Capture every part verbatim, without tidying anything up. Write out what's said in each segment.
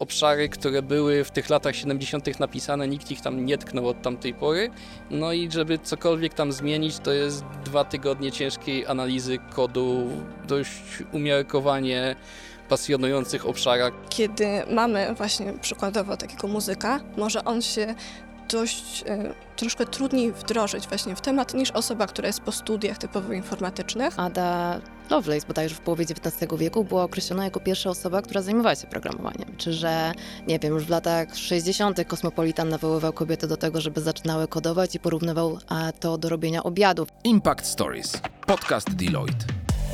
obszary, które były w tych latach siedemdziesiątych napisane, nikt ich tam nie tknął od tamtej pory. No i żeby cokolwiek tam zmienić, to jest dwa tygodnie ciężkiej analizy kodu, dość umiarkowanie pasjonujących obszarach. Kiedy mamy właśnie przykładowo takiego muzyka, może on się dość e, troszkę trudniej wdrożyć właśnie w temat niż osoba, która jest po studiach typowo informatycznych. Ada Lovelace bodajże w połowie dziewiętnastego wieku była określona jako pierwsza osoba, która zajmowała się programowaniem. Czy że, nie wiem, już w latach sześćdziesiątych Kosmopolitan nawoływał kobiety do tego, żeby zaczynały kodować i porównywał a, to do robienia obiadów. Impact Stories. Podcast Deloitte.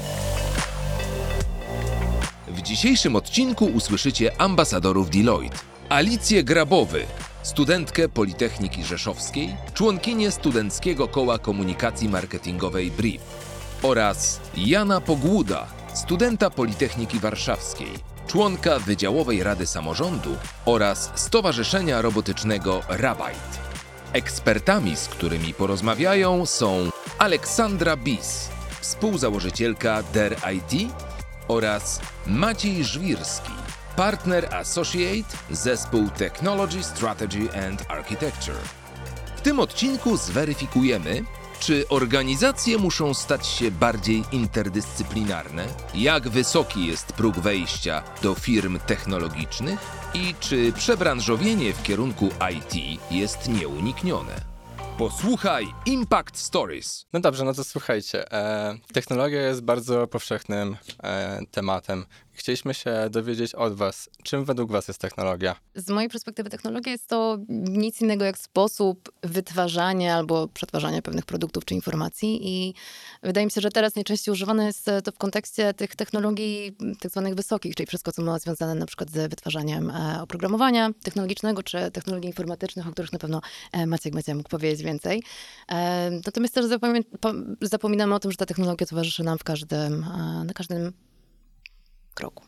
W dzisiejszym odcinku usłyszycie ambasadorów Deloitte. Alicję Grabowy, studentkę Politechniki Rzeszowskiej, członkinię Studenckiego Koła Komunikacji Marketingowej Brief oraz Jana Pogłuda, studenta Politechniki Warszawskiej, członka Wydziałowej Rady Samorządu oraz Stowarzyszenia Robotycznego Rabite. Ekspertami, z którymi porozmawiają, są Aleksandra Bis, współzałożycielka D E R I T oraz Maciej Żwirski, Partner Associate, zespół Technology, Strategy and Architecture. W tym odcinku zweryfikujemy, czy organizacje muszą stać się bardziej interdyscyplinarne, jak wysoki jest próg wejścia do firm technologicznych i czy przebranżowienie w kierunku I T jest nieuniknione. Posłuchaj Impact Stories. No dobrze, no to słuchajcie. E, technologia jest bardzo powszechnym e, tematem. Chcieliśmy się dowiedzieć od was, czym według was jest technologia? Z mojej perspektywy technologia jest to nic innego jak sposób wytwarzania albo przetwarzania pewnych produktów czy informacji i wydaje mi się, że teraz najczęściej używane jest to w kontekście tych technologii tak zwanych wysokich, czyli wszystko, co ma związane na przykład z wytwarzaniem oprogramowania technologicznego czy technologii informatycznych, o których na pewno Maciek będzie mógł powiedzieć więcej. Natomiast też zapominamy o tym, że ta technologia towarzyszy nam w każdym, na każdym kroku.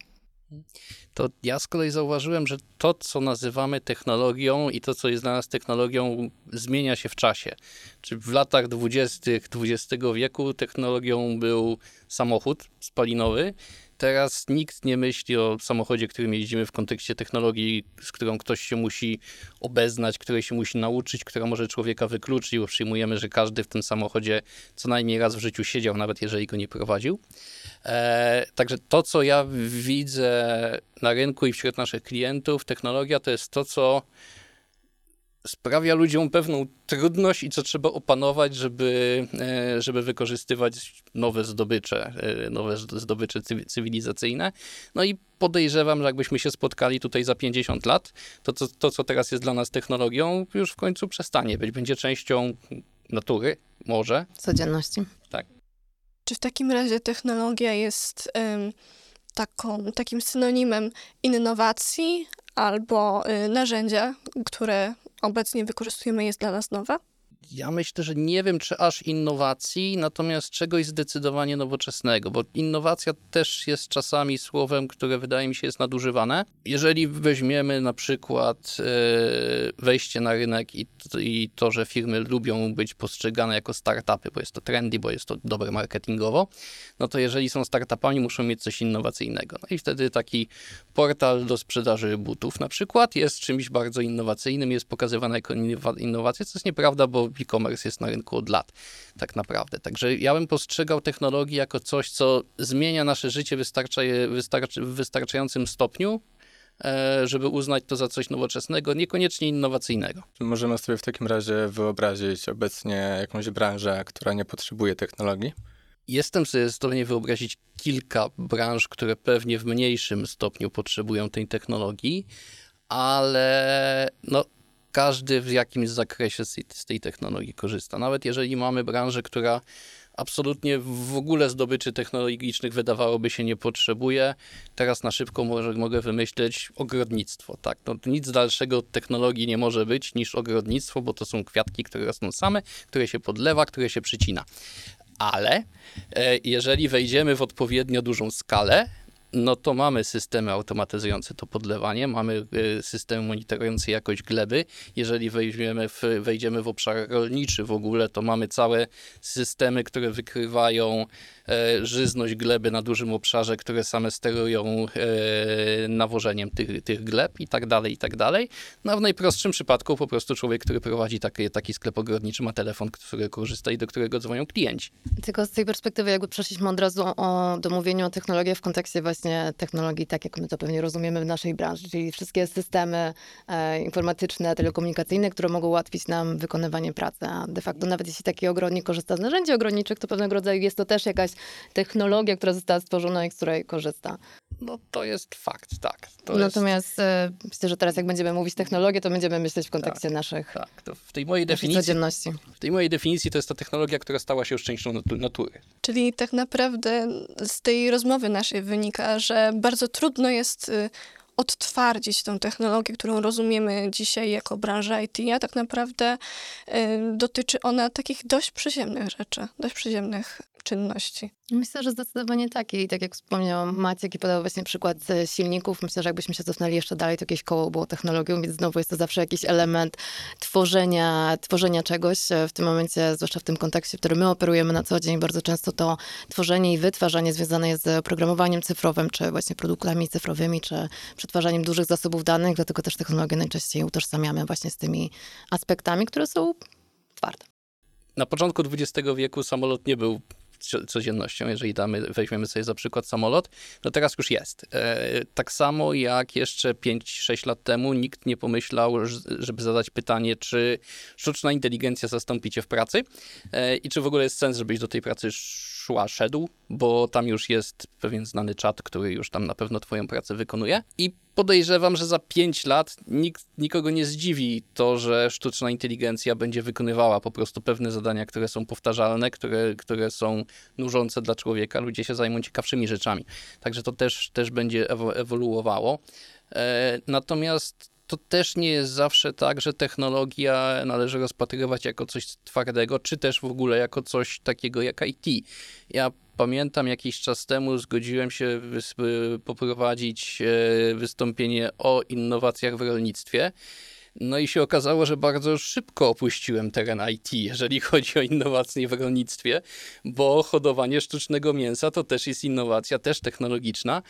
To ja z kolei zauważyłem, że to, co nazywamy technologią i to, co jest dla nas technologią, zmienia się w czasie. Czy w latach dwudziestych dwudziestego wieku technologią był samochód spalinowy. Teraz nikt nie myśli o samochodzie, którym jeździmy w kontekście technologii, z którą ktoś się musi obeznać, której się musi nauczyć, która może człowieka wykluczyć, bo przyjmujemy, że każdy w tym samochodzie co najmniej raz w życiu siedział, nawet jeżeli go nie prowadził. E, także to, co ja widzę na rynku i wśród naszych klientów, technologia to jest to, co sprawia ludziom pewną trudność i co trzeba opanować, żeby, żeby wykorzystywać nowe zdobycze, nowe zdobycze cywilizacyjne. No i podejrzewam, że jakbyśmy się spotkali tutaj za pięćdziesiąt lat, to, to, to co teraz jest dla nas technologią, już w końcu przestanie być. Będzie częścią natury, może. Codzienności. Tak. Czy w takim razie technologia jest ym, taką, takim synonimem innowacji albo y, narzędzia, które obecnie wykorzystujemy, jest dla nas nowe? Ja myślę, że nie wiem, czy aż innowacji, natomiast czegoś zdecydowanie nowoczesnego, bo innowacja też jest czasami słowem, które wydaje mi się jest nadużywane. Jeżeli weźmiemy na przykład wejście na rynek i, i to, że firmy lubią być postrzegane jako startupy, bo jest to trendy, bo jest to dobre marketingowo, no to jeżeli są startupami, muszą mieć coś innowacyjnego. No i wtedy taki portal do sprzedaży butów na przykład jest czymś bardzo innowacyjnym, jest pokazywane jako innowacja, co jest nieprawda, bo e-commerce jest na rynku od lat, tak naprawdę. Także ja bym postrzegał technologię jako coś, co zmienia nasze życie wystarcza, wystarczy, w wystarczającym stopniu, żeby uznać to za coś nowoczesnego, niekoniecznie innowacyjnego. Możemy sobie w takim razie wyobrazić obecnie jakąś branżę, która nie potrzebuje technologii? Jestem sobie w stanie wyobrazić kilka branż, które pewnie w mniejszym stopniu potrzebują tej technologii, ale no każdy w jakimś zakresie z tej technologii korzysta. Nawet jeżeli mamy branżę, która absolutnie w ogóle zdobyczy technologicznych wydawałoby się nie potrzebuje, teraz na szybko może, mogę wymyśleć ogrodnictwo. Tak? No, nic dalszego od technologii nie może być niż ogrodnictwo, bo to są kwiatki, które rosną same, które się podlewa, które się przycina. Ale e, jeżeli wejdziemy w odpowiednio dużą skalę, no to mamy systemy automatyzujące to podlewanie, mamy y, systemy monitorujące jakość gleby. Jeżeli wejdziemy w, wejdziemy w obszar rolniczy w ogóle, to mamy całe systemy, które wykrywają e, żyzność gleby na dużym obszarze, które same sterują e, nawożeniem tych, tych gleb i tak dalej, i tak dalej. No a w najprostszym przypadku po prostu człowiek, który prowadzi taki, taki sklep ogrodniczy, ma telefon, który korzysta i do którego dzwonią klienci. Tylko z tej perspektywy jakby przeszliśmy od razu o, do mówienia o technologiach w kontekście właśnie technologii, tak jak my to pewnie rozumiemy w naszej branży, czyli wszystkie systemy e, informatyczne, telekomunikacyjne, które mogą ułatwić nam wykonywanie pracy. A de facto nawet jeśli taki ogrodnik korzysta z narzędzi ogrodniczych, to pewnego rodzaju jest to też jakaś technologia, która została stworzona i z której korzysta. No to jest fakt, tak. To Natomiast jest, e, myślę, że teraz jak będziemy mówić technologię, to będziemy myśleć w kontekście Tak, naszych, tak, to w tej mojej naszej definicji, codzienności. w tej mojej definicji to jest ta technologia, która stała się już częścią natu- natury. Czyli tak naprawdę z tej rozmowy naszej wynika, że bardzo trudno jest y, odtwardzić tą technologię, którą rozumiemy dzisiaj jako branża I T, a tak naprawdę y, dotyczy ona takich dość przyziemnych rzeczy, dość przyziemnych czynności. Myślę, że zdecydowanie tak. I tak jak wspomniał Maciek i podał właśnie przykład e, silników, myślę, że jakbyśmy się cofnęli jeszcze dalej, to jakieś koło było technologią, więc znowu jest to zawsze jakiś element tworzenia, tworzenia czegoś. E, W tym momencie, zwłaszcza w tym kontekście, w którym my operujemy na co dzień, bardzo często to tworzenie i wytwarzanie związane jest z oprogramowaniem cyfrowym, czy właśnie produktami cyfrowymi, czy przetwarzaniem dużych zasobów danych, dlatego też technologię najczęściej utożsamiamy właśnie z tymi aspektami, które są twarde. Na początku dwudziestego wieku samolot nie był co- codziennością, jeżeli damy, weźmiemy sobie za przykład samolot, no teraz już jest. E, tak samo jak jeszcze pięć sześć lat temu nikt nie pomyślał, ż- żeby zadać pytanie, czy sztuczna inteligencja zastąpi cię w pracy e, i czy w ogóle jest sens, żebyś do tej pracy szła, szedł, bo tam już jest pewien znany czat, który już tam na pewno twoją pracę wykonuje. I podejrzewam, że za pięć lat nikt, nikogo nie zdziwi to, że sztuczna inteligencja będzie wykonywała po prostu pewne zadania, które są powtarzalne, które, które są nużące dla człowieka. Ludzie się zajmą ciekawszymi rzeczami. Także to też, też będzie ewo- ewoluowało. E, natomiast to też nie jest zawsze tak, że technologia należy rozpatrywać jako coś twardego, czy też w ogóle jako coś takiego jak I T. Ja pamiętam jakiś czas temu zgodziłem się wys- poprowadzić e, wystąpienie o innowacjach w rolnictwie. No i się okazało, że bardzo szybko opuściłem teren I T, jeżeli chodzi o innowacje w rolnictwie, bo hodowanie sztucznego mięsa to też jest innowacja, też technologiczna,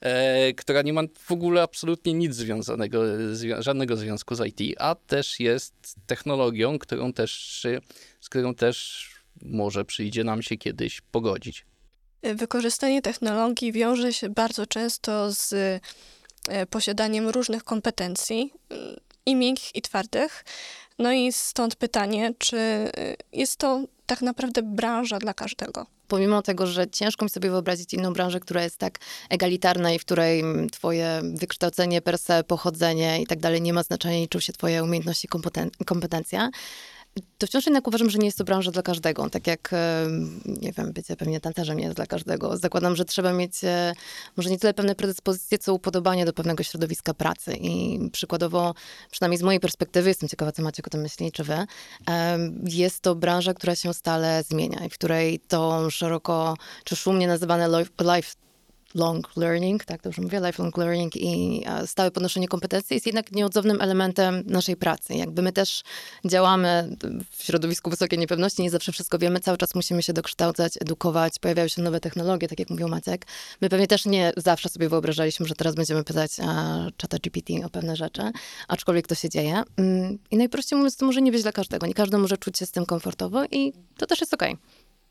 e, która nie ma w ogóle absolutnie nic związanego, zwią- żadnego związku z I T, a też jest technologią, którą też, z którą też może przyjdzie nam się kiedyś pogodzić. Wykorzystanie technologii wiąże się bardzo często z e, posiadaniem różnych kompetencji, y, i miękkich, i twardych. No i stąd pytanie, czy y, jest to tak naprawdę branża dla każdego? Pomimo tego, że ciężko mi sobie wyobrazić inną branżę, która jest tak egalitarna i w której mm, twoje wykształcenie, per se, pochodzenie i tak dalej nie ma znaczenia, liczą się twoje umiejętności i kompeten- kompetencja, to wciąż jednak uważam, że nie jest to branża dla każdego. Tak jak, e, nie wiem, bycie pewnie tancerzem nie jest dla każdego. Zakładam, że trzeba mieć e, może nie tyle pewne predyspozycje, co upodobanie do pewnego środowiska pracy. I przykładowo, przynajmniej z mojej perspektywy, jestem ciekawa, co Maciek o tym myśli, czy wy, e, jest to branża, która się stale zmienia i w której to szeroko, czy szumnie nazywane life, life long learning, tak dobrze mówię, lifelong learning i e, stałe podnoszenie kompetencji jest jednak nieodzownym elementem naszej pracy. Jakby my też działamy w środowisku wysokiej niepewności, nie zawsze wszystko wiemy, cały czas musimy się dokształcać, edukować, pojawiają się nowe technologie, tak jak mówił Maciek. My pewnie też nie zawsze sobie wyobrażaliśmy, że teraz będziemy pytać e, czata G P T o pewne rzeczy, aczkolwiek to się dzieje. Mm, I najprościej mówiąc, to może nie być dla każdego. Nie każdy może czuć się z tym komfortowo i to też jest okej.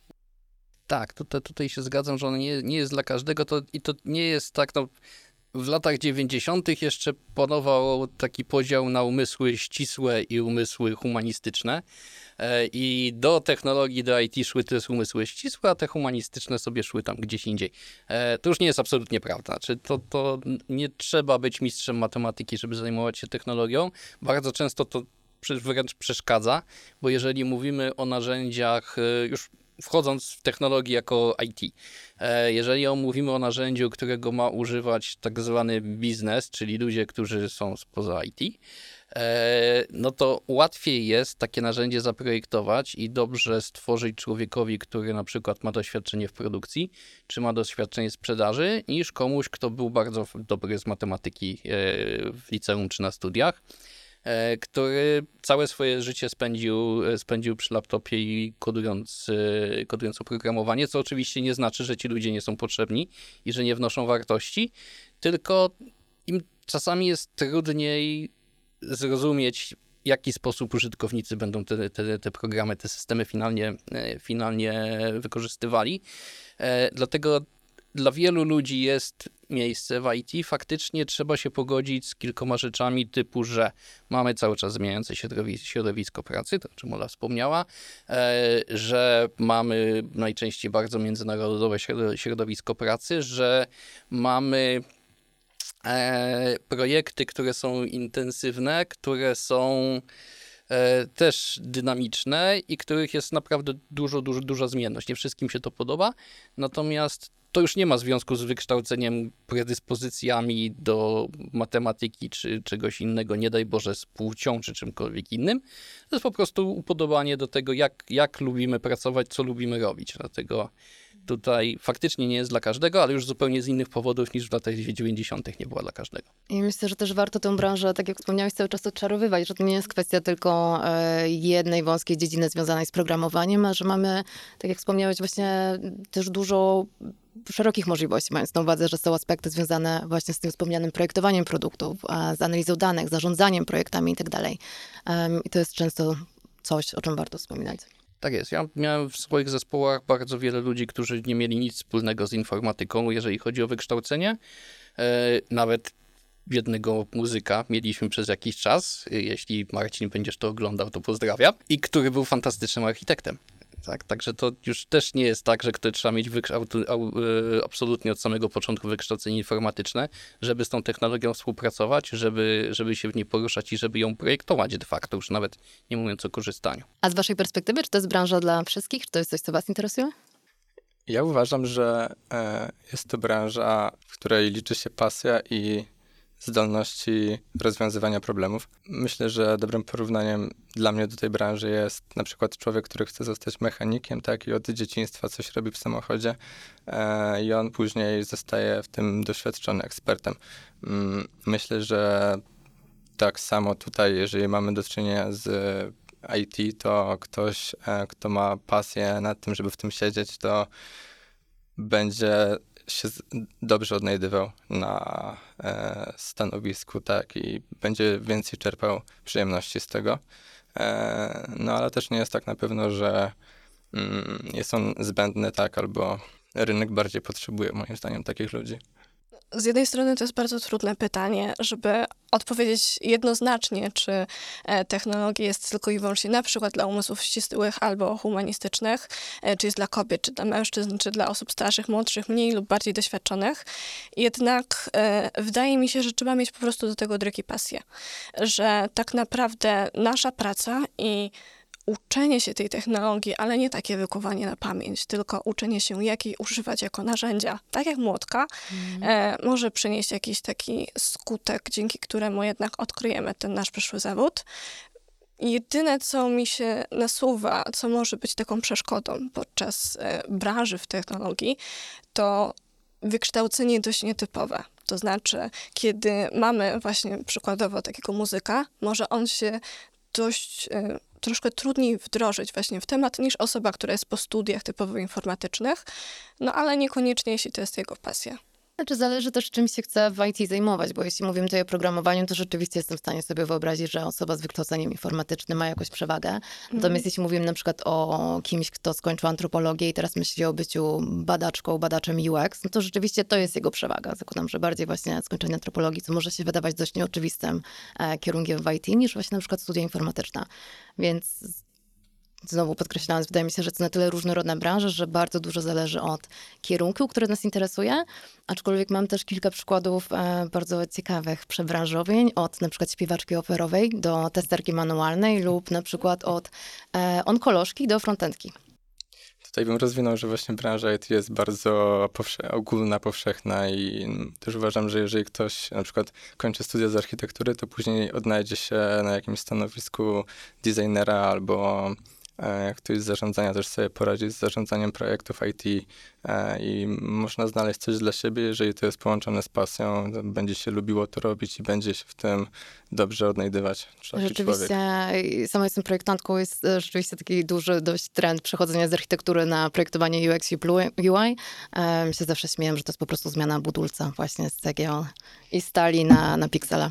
Tak, tutaj, tutaj się zgadzam, że ono nie, nie jest dla każdego to, i to nie jest tak, no, w latach dziewięćdziesiątych jeszcze panował taki podział na umysły ścisłe i umysły humanistyczne e, i do technologii, do I T szły te umysły ścisłe, a te humanistyczne sobie szły tam gdzieś indziej. E, to już nie jest absolutnie prawda. Znaczy, to, to nie trzeba być mistrzem matematyki, żeby zajmować się technologią. Bardzo często to wręcz przeszkadza, bo jeżeli mówimy o narzędziach e, już wchodząc w technologię jako I T. E, jeżeli mówimy o narzędziu, którego ma używać tak zwany biznes, czyli ludzie, którzy są spoza I T, e, no to łatwiej jest takie narzędzie zaprojektować i dobrze stworzyć człowiekowi, który na przykład ma doświadczenie w produkcji, czy ma doświadczenie w sprzedaży, niż komuś, kto był bardzo dobry z matematyki e, w liceum czy na studiach, który całe swoje życie spędził, spędził przy laptopie i kodując, kodując oprogramowanie, co oczywiście nie znaczy, że ci ludzie nie są potrzebni i że nie wnoszą wartości, tylko im czasami jest trudniej zrozumieć, w jaki sposób użytkownicy będą te, te, te programy, te systemy finalnie, finalnie wykorzystywali. Dlatego dla wielu ludzi jest miejsce w I T. Faktycznie trzeba się pogodzić z kilkoma rzeczami typu, że mamy cały czas zmieniające się środowisko pracy, to o czym Ola wspomniała, że mamy najczęściej bardzo międzynarodowe środowisko pracy, że mamy projekty, które są intensywne, które są też dynamiczne i których jest naprawdę dużo, dużo, duża zmienność. Nie wszystkim się to podoba, natomiast to już nie ma związku z wykształceniem, predyspozycjami do matematyki czy czegoś innego, nie daj Boże z płcią czy czymkolwiek innym. To jest po prostu upodobanie do tego, jak, jak lubimy pracować, co lubimy robić. Dlatego tutaj faktycznie nie jest dla każdego, ale już zupełnie z innych powodów niż w latach dziewięćdziesiątych nie była dla każdego. I myślę, że też warto tę branżę, tak jak wspomniałeś, cały czas odczarowywać, że to nie jest kwestia tylko e, jednej wąskiej dziedziny związanej z programowaniem, a że mamy, tak jak wspomniałeś, właśnie też dużo szerokich możliwości, mając na uwadze, że są aspekty związane właśnie z tym wspomnianym projektowaniem produktów, a z analizą danych, zarządzaniem projektami i tak dalej. I to jest często coś, o czym warto wspominać. Tak jest. Ja miałem w swoich zespołach bardzo wiele ludzi, którzy nie mieli nic wspólnego z informatyką, jeżeli chodzi o wykształcenie. Nawet jednego muzyka mieliśmy przez jakiś czas. Jeśli Marcin będziesz to oglądał, to pozdrawiam. I który był fantastycznym architektem. Tak, także to już też nie jest tak, że ktoś trzeba mieć wykształtu, absolutnie od samego początku wykształcenie informatyczne, żeby z tą technologią współpracować, żeby, żeby się w niej poruszać i żeby ją projektować de facto, już nawet nie mówiąc o korzystaniu. A z waszej perspektywy, czy to jest branża dla wszystkich? Czy to jest coś, co was interesuje? Ja uważam, że e, jest to branża, w której liczy się pasja i zdolności rozwiązywania problemów. Myślę, że dobrym porównaniem dla mnie do tej branży jest na przykład człowiek, który chce zostać mechanikiem, tak, i od dzieciństwa coś robi w samochodzie e, i on później zostaje w tym doświadczony ekspertem. Mm, myślę, że tak samo tutaj, jeżeli mamy do czynienia z I T, to ktoś, e, kto ma pasję nad tym, żeby w tym siedzieć, to będzie się dobrze odnajdywał na e, stanowisku, tak, i będzie więcej czerpał przyjemności z tego. E, no ale też nie jest tak na pewno, że mm, jest on zbędny, tak, albo rynek bardziej potrzebuje, moim zdaniem, takich ludzi. Z jednej strony to jest bardzo trudne pytanie, żeby odpowiedzieć jednoznacznie, czy technologia jest tylko i wyłącznie na przykład dla umysłów ścisłych albo humanistycznych, czy jest dla kobiet, czy dla mężczyzn, czy dla osób starszych, młodszych, mniej lub bardziej doświadczonych. Jednak e, wydaje mi się, że trzeba mieć po prostu do tego dryk i pasję. Że tak naprawdę nasza praca i uczenie się tej technologii, ale nie takie wykuwanie na pamięć, tylko uczenie się, jak jej używać jako narzędzia, tak jak młotka, mm. e, może przynieść jakiś taki skutek, dzięki któremu jednak odkryjemy ten nasz przyszły zawód. Jedyne, co mi się nasuwa, co może być taką przeszkodą podczas e, branży w technologii, to wykształcenie dość nietypowe. To znaczy, kiedy mamy właśnie przykładowo takiego muzyka, może on się dość e, troszkę trudniej wdrożyć właśnie w temat niż osoba, która jest po studiach typowo informatycznych, no ale niekoniecznie, jeśli to jest jego pasja. Znaczy zależy też, czym się chce w I T zajmować, bo jeśli mówimy tutaj o programowaniu, to rzeczywiście jestem w stanie sobie wyobrazić, że osoba z wykształceniem informatycznym ma jakąś przewagę. Mm. Natomiast jeśli mówimy na przykład o kimś, kto skończył antropologię i teraz myśli o byciu badaczką, badaczem U X, no to rzeczywiście to jest jego przewaga. Zakładam, że bardziej właśnie skończenie antropologii, co może się wydawać dość nieoczywistym e, kierunkiem w I T, niż właśnie na przykład studia informatyczne. Więc znowu podkreślając, wydaje mi się, że to na tyle różnorodna branża, że bardzo dużo zależy od kierunku, który nas interesuje, aczkolwiek mam też kilka przykładów e, bardzo ciekawych przebranżowień, od na przykład śpiewaczki operowej do testerki manualnej lub na przykład od e, onkolożki do frontendki. Tutaj bym rozwinął, że właśnie branża I T jest bardzo powsze- ogólna, powszechna i też uważam, że jeżeli ktoś na przykład kończy studia z architektury, to później odnajdzie się na jakimś stanowisku designera albo e, jak ktoś z zarządzania też sobie poradzi z zarządzaniem projektów I T e, i można znaleźć coś dla siebie, jeżeli to jest połączone z pasją, to będzie się lubiło to robić i będzie się w tym dobrze odnajdywać. Taki człowiek. Rzeczywiście, sama jestem projektantką, jest e, rzeczywiście taki duży dość trend przechodzenia z architektury na projektowanie U X i U I. E, My się zawsze śmieję, że to jest po prostu zmiana budulca właśnie z cegieł i stali na, na piksele.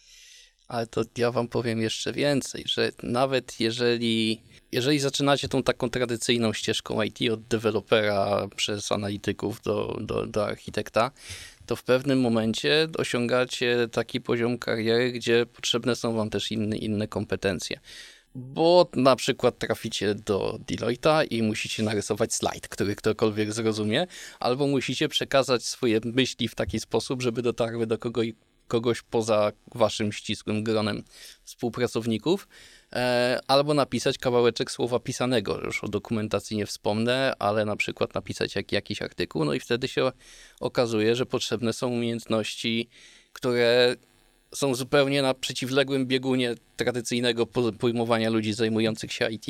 Ale to ja wam powiem jeszcze więcej, że nawet jeżeli, jeżeli zaczynacie tą taką tradycyjną ścieżką I T od dewelopera przez analityków do, do, do architekta, to w pewnym momencie osiągacie taki poziom kariery, gdzie potrzebne są wam też inne, inne kompetencje. Bo na przykład traficie do Deloitte'a i musicie narysować slajd, który ktokolwiek zrozumie, albo musicie przekazać swoje myśli w taki sposób, żeby dotarły do kogo, kogoś poza waszym ścisłym gronem współpracowników, e, albo napisać kawałeczek słowa pisanego. Już o dokumentacji nie wspomnę, ale na przykład napisać jak, jakiś artykuł, no i wtedy się okazuje, że potrzebne są umiejętności, które są zupełnie na przeciwległym biegunie tradycyjnego pojmowania ludzi zajmujących się I T,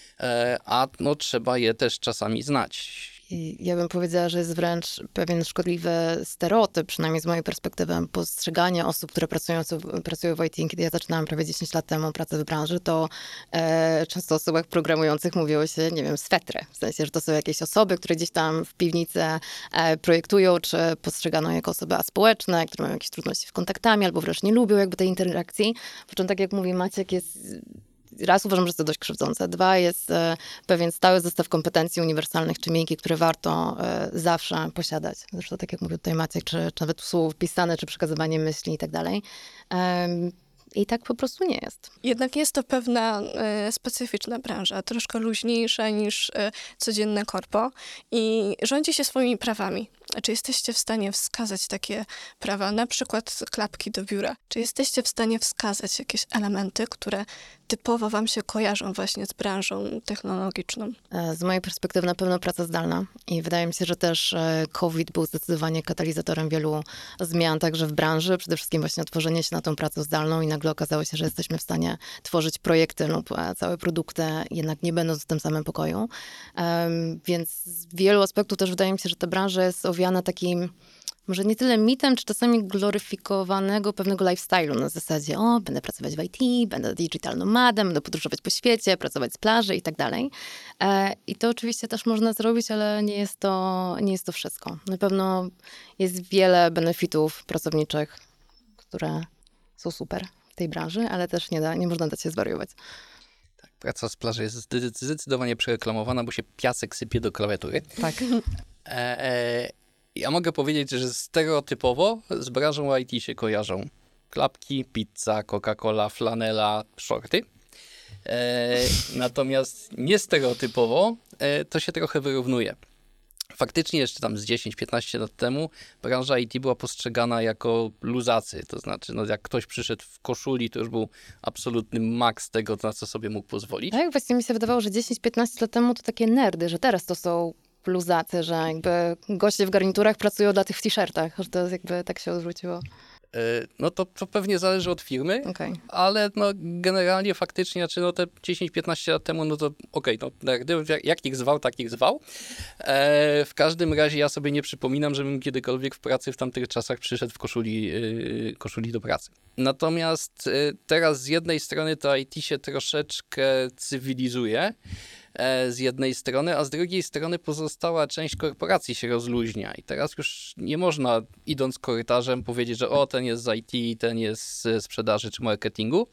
a no, trzeba je też czasami znać. I ja bym powiedziała, że jest wręcz pewien szkodliwy stereotyp, przynajmniej z mojej perspektywy, postrzeganie osób, które pracują, pracują w I T. Kiedy ja zaczynałam prawie dziesięć lat temu pracę w branży, to e, często o osobach programujących mówiło się, nie wiem, swetry. W sensie, że to są jakieś osoby, które gdzieś tam w piwnicy e, projektują, czy postrzegano jako osoby aspołeczne, które mają jakieś trudności z kontaktami, albo wręcz nie lubią jakby tej interakcji. Po czym, tak jak mówi Maciek, jest... Raz uważam, że jest to dość krzywdzące. Dwa, jest e, pewien stały zestaw kompetencji uniwersalnych czy miękkich, które warto e, zawsze posiadać. Zresztą tak jak mówił tutaj Maciek, czy, czy nawet słowo pisane, czy przekazywanie myśli i tak dalej. Em, I tak po prostu nie jest. Jednak jest to pewna e, specyficzna branża, troszkę luźniejsza niż e, codzienne korpo i rządzi się swoimi prawami. Czy jesteście w stanie wskazać takie prawa, na przykład klapki do biura? Czy jesteście w stanie wskazać jakieś elementy, które typowo wam się kojarzą właśnie z branżą technologiczną? E, Z mojej perspektywy na pewno praca zdalna i wydaje mi się, że też e, COVID był zdecydowanie katalizatorem wielu zmian także w branży. Przede wszystkim właśnie otworzenie się na tą pracę zdalną i nagle okazało się, że jesteśmy w stanie tworzyć projekty lub e, całe produkty, jednak nie będąc w tym samym pokoju. Em, Więc z wielu aspektów też wydaje mi się, że ta branża jest owiana takim może nie tyle mitem, czy czasami gloryfikowanego pewnego lifestyle'u na zasadzie, o, będę pracować w I T, będę digital nomadem, będę podróżować po świecie, pracować z plaży i tak dalej. E, I to oczywiście też można zrobić, ale nie jest to, nie jest to wszystko. Na pewno jest wiele benefitów pracowniczych, które są super w tej branży, ale też nie, da, nie można dać się zwariować. Praca z plaży jest zdecy- zdecydowanie przereklamowana, bo się piasek sypie do klawiatury. Tak. E, e, ja mogę powiedzieć, że stereotypowo z branżą I T się kojarzą klapki, pizza, Coca-Cola, flanela, shorty. E, natomiast niestereotypowo e, to się trochę wyrównuje. Faktycznie jeszcze tam z dziesięć piętnaście lat temu branża I T była postrzegana jako luzacy, to znaczy no, jak ktoś przyszedł w koszuli, to już był absolutny maks tego, na co sobie mógł pozwolić. Tak, właśnie mi się wydawało, że dziesięć piętnaście lat temu to takie nerdy, że teraz to są luzacy, że jakby goście w garniturach pracują dla tych w t-shirtach, że to jakby tak się odwróciło. E, no to, to pewnie zależy od firmy, Okej. ale no generalnie faktycznie, znaczy no te dziesięć piętnaście lat temu, no to okej, okay, no nerdy, jak, jak ich zwał, tak ich zwał. E, w każdym razie ja sobie nie przypominam, żebym kiedykolwiek w pracy w tamtych czasach przyszedł w koszuli, yy, koszuli do pracy. Natomiast yy, teraz z jednej strony to I T się troszeczkę cywilizuje, z jednej strony, a z drugiej strony pozostała część korporacji się rozluźnia i teraz już nie można idąc korytarzem powiedzieć, że o, ten jest z I T, ten jest z sprzedaży czy marketingu.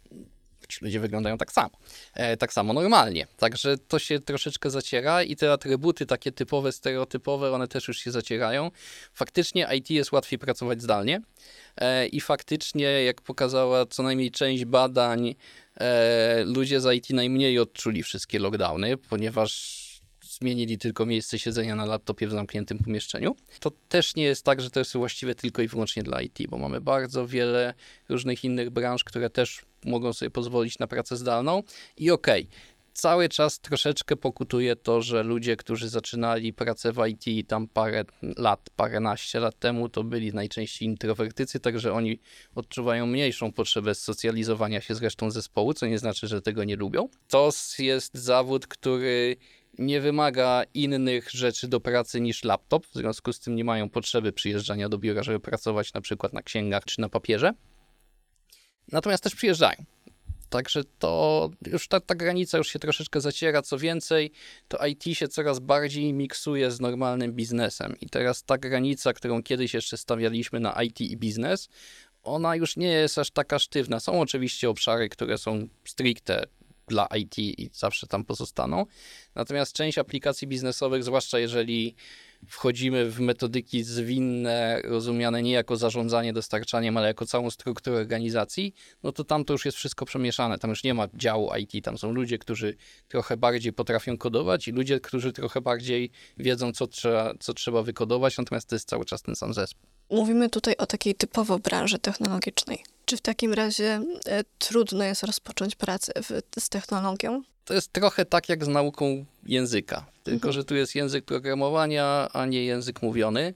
Ci ludzie wyglądają tak samo, e, tak samo normalnie. Także to się troszeczkę zaciera i te atrybuty takie typowe, stereotypowe, one też już się zacierają. Faktycznie I T jest łatwiej pracować zdalnie e, i faktycznie, jak pokazała co najmniej część badań, e, ludzie z I T najmniej odczuli wszystkie lockdowny, ponieważ zmienili tylko miejsce siedzenia na laptopie w zamkniętym pomieszczeniu. To też nie jest tak, że to jest właściwe tylko i wyłącznie dla I T, bo mamy bardzo wiele różnych innych branż, które też mogą sobie pozwolić na pracę zdalną i okej, okay, cały czas troszeczkę pokutuje to, że ludzie, którzy zaczynali pracę w I T tam parę lat, paręnaście lat temu, to byli najczęściej introwertycy, także oni odczuwają mniejszą potrzebę socjalizowania się z resztą zespołu, co nie znaczy, że tego nie lubią. To jest zawód, który nie wymaga innych rzeczy do pracy niż laptop, w związku z tym nie mają potrzeby przyjeżdżania do biura, żeby pracować na przykład na księgach czy na papierze. Natomiast też przyjeżdżają. Także to już ta, ta granica już się troszeczkę zaciera. Co więcej, to I T się coraz bardziej miksuje z normalnym biznesem. I teraz ta granica, którą kiedyś jeszcze stawialiśmy na I T i biznes, ona już nie jest aż taka sztywna. Są oczywiście obszary, które są stricte dla I T i zawsze tam pozostaną. Natomiast część aplikacji biznesowych, zwłaszcza jeżeli wchodzimy w metodyki zwinne, rozumiane nie jako zarządzanie dostarczaniem, ale jako całą strukturę organizacji, no to tam to już jest wszystko przemieszane. Tam już nie ma działu I T. Tam są ludzie, którzy trochę bardziej potrafią kodować i ludzie, którzy trochę bardziej wiedzą, co trzeba, co trzeba wykodować, natomiast to jest cały czas ten sam zespół. Mówimy tutaj o takiej typowo branży technologicznej. Czy w takim razie e, trudno jest rozpocząć pracę w, z technologią? To jest trochę tak jak z nauką języka, tylko Mhm. że tu jest język programowania, a nie język mówiony.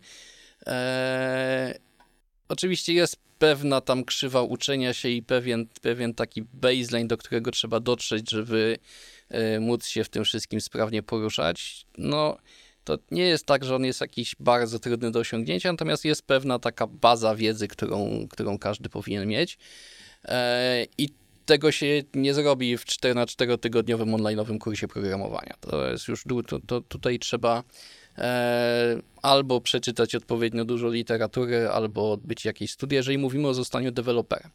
Eee, oczywiście jest pewna tam krzywa uczenia się i pewien, pewien taki baseline, do którego trzeba dotrzeć, żeby e, móc się w tym wszystkim sprawnie poruszać. No, to nie jest tak, że on jest jakiś bardzo trudny do osiągnięcia, natomiast jest pewna taka baza wiedzy, którą, którą każdy powinien mieć. Eee, I tego się nie zrobi w cztery na cztery tygodniowym online'owym kursie programowania. To jest już, to, to tutaj trzeba e, albo przeczytać odpowiednio dużo literatury, albo odbyć jakieś studia, jeżeli mówimy o zostaniu deweloperem.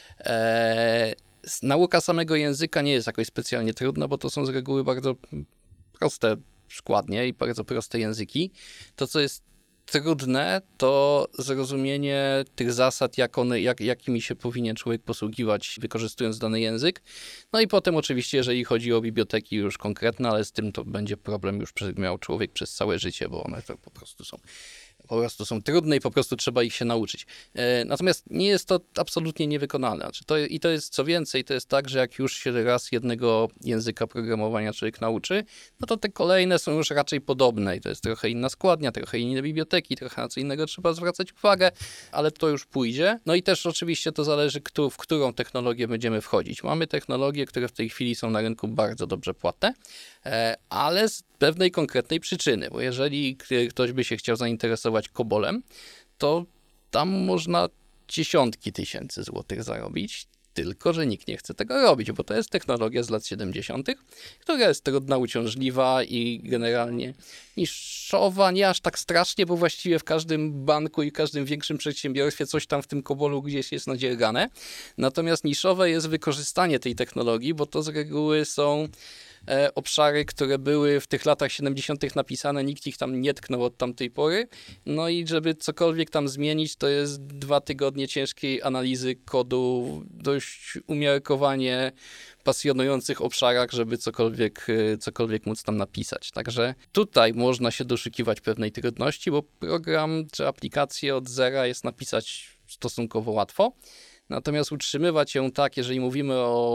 E, nauka samego języka nie jest jakoś specjalnie trudna, bo to są z reguły bardzo proste składnie i bardzo proste języki. To, co jest trudne, to zrozumienie tych zasad, jak one, jak, jakimi się powinien człowiek posługiwać, wykorzystując dany język. No i potem oczywiście, jeżeli chodzi o biblioteki już konkretne, ale z tym to będzie problem już miał człowiek przez całe życie, bo one to po prostu są po prostu są trudne i po prostu trzeba ich się nauczyć. E, natomiast nie jest to absolutnie niewykonalne. Znaczy to, I to jest co więcej, to jest tak, że jak już się raz jednego języka programowania człowiek nauczy, no to te kolejne są już raczej podobne i to jest trochę inna składnia, trochę inne biblioteki, trochę na co innego trzeba zwracać uwagę, ale to już pójdzie. No i też oczywiście to zależy, kto, w którą technologię będziemy wchodzić. Mamy technologie, które w tej chwili są na rynku bardzo dobrze płatne, e, ale z pewnej konkretnej przyczyny, bo jeżeli ktoś by się chciał zainteresować kobolem, to tam można dziesiątki tysięcy złotych zarobić, tylko że nikt nie chce tego robić, bo to jest technologia z lat siedemdziesiątych, która jest trudna, uciążliwa i generalnie niszowa, nie aż tak strasznie, bo właściwie w każdym banku i w każdym większym przedsiębiorstwie coś tam w tym kobolu gdzieś jest nadziergane. Natomiast niszowe jest wykorzystanie tej technologii, bo to z reguły są E, obszary, które były w tych latach siedemdziesiątych napisane, nikt ich tam nie tknął od tamtej pory. No i żeby cokolwiek tam zmienić, to jest dwa tygodnie ciężkiej analizy kodu, dość umiarkowanie pasjonujących obszarach, żeby cokolwiek, cokolwiek móc tam napisać. Także tutaj można się doszukiwać pewnej trudności, bo program czy aplikację od zera jest napisać stosunkowo łatwo. Natomiast utrzymywać ją tak, jeżeli mówimy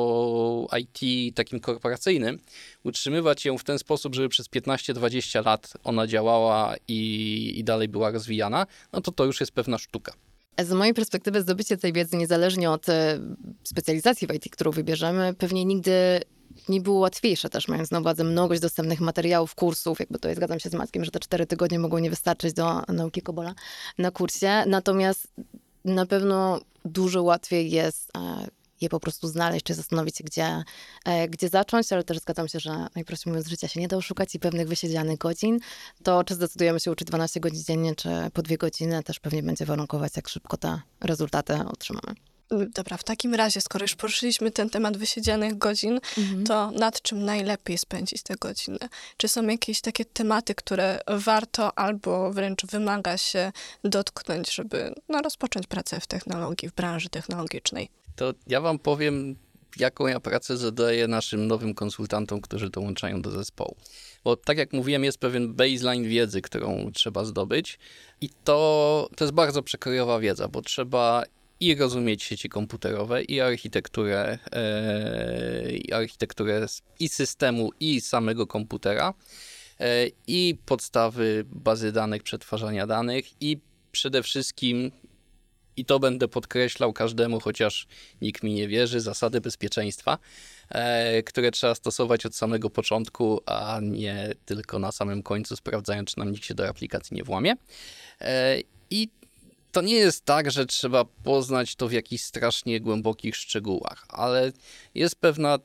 o I T takim korporacyjnym, utrzymywać ją w ten sposób, żeby przez piętnaście dwadzieścia lat ona działała i, i dalej była rozwijana, no to to już jest pewna sztuka. Z mojej perspektywy zdobycie tej wiedzy, niezależnie od specjalizacji w I T, którą wybierzemy, pewnie nigdy nie było łatwiejsze też, mając na uwadze mnogość dostępnych materiałów, kursów, jakby to ja zgadzam się z Mackiem, że te cztery tygodnie mogą nie wystarczyć do nauki kobola na kursie, natomiast na pewno dużo łatwiej jest je po prostu znaleźć, czy zastanowić się, gdzie, gdzie zacząć, ale też zgadzam się, że najprościej mówiąc, życia się nie da oszukać i pewnych wysiedzianych godzin, to czy zdecydujemy się uczyć dwanaście godzin dziennie, czy po dwie godziny, też pewnie będzie warunkować, jak szybko te rezultaty otrzymamy. Dobra, w takim razie, skoro już poruszyliśmy ten temat wysiedzianych godzin, Mhm. to nad czym najlepiej spędzić te godziny? Czy są jakieś takie tematy, które warto albo wręcz wymaga się dotknąć, żeby no, rozpocząć pracę w technologii, w branży technologicznej? To ja wam powiem, jaką ja pracę zadaję naszym nowym konsultantom, którzy dołączają do zespołu. Bo tak jak mówiłem, jest pewien baseline wiedzy, którą trzeba zdobyć i to, to jest bardzo przekrojowa wiedza, bo trzeba i rozumieć sieci komputerowe, i architekturę, e, i architekturę i systemu, i samego komputera, e, i podstawy bazy danych, przetwarzania danych, i przede wszystkim, i to będę podkreślał każdemu, chociaż nikt mi nie wierzy, zasady bezpieczeństwa, e, które trzeba stosować od samego początku, a nie tylko na samym końcu, sprawdzając, czy nam nikt się do aplikacji nie włamie. E, I to nie jest tak, że trzeba poznać to w jakichś strasznie głębokich szczegółach, ale jest pewna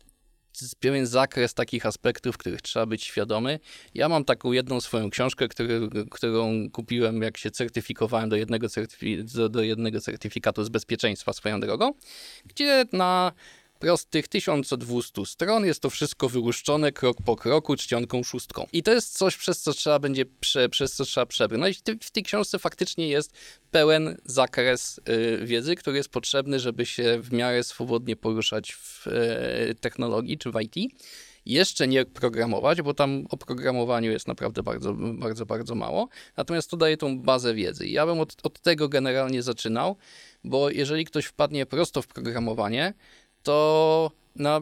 pewien zakres takich aspektów, których trzeba być świadomy. Ja mam taką jedną swoją książkę, który, którą kupiłem, jak się certyfikowałem do jednego, certyfi- do, do jednego certyfikatu z bezpieczeństwa swoją drogą, gdzie na prostych tysiąc dwieście stron jest to wszystko wyłuszczone krok po kroku czcionką szóstką. I to jest coś, przez co trzeba będzie prze, przez co trzeba przebrnąć. No i w tej książce faktycznie jest pełen zakres y, wiedzy, który jest potrzebny, żeby się w miarę swobodnie poruszać w y, technologii czy w I T. Jeszcze nie programować, bo tam o programowaniu jest naprawdę bardzo, bardzo, bardzo mało. Natomiast to daje tą bazę wiedzy. I ja bym od, od tego generalnie zaczynał, bo jeżeli ktoś wpadnie prosto w programowanie, to na,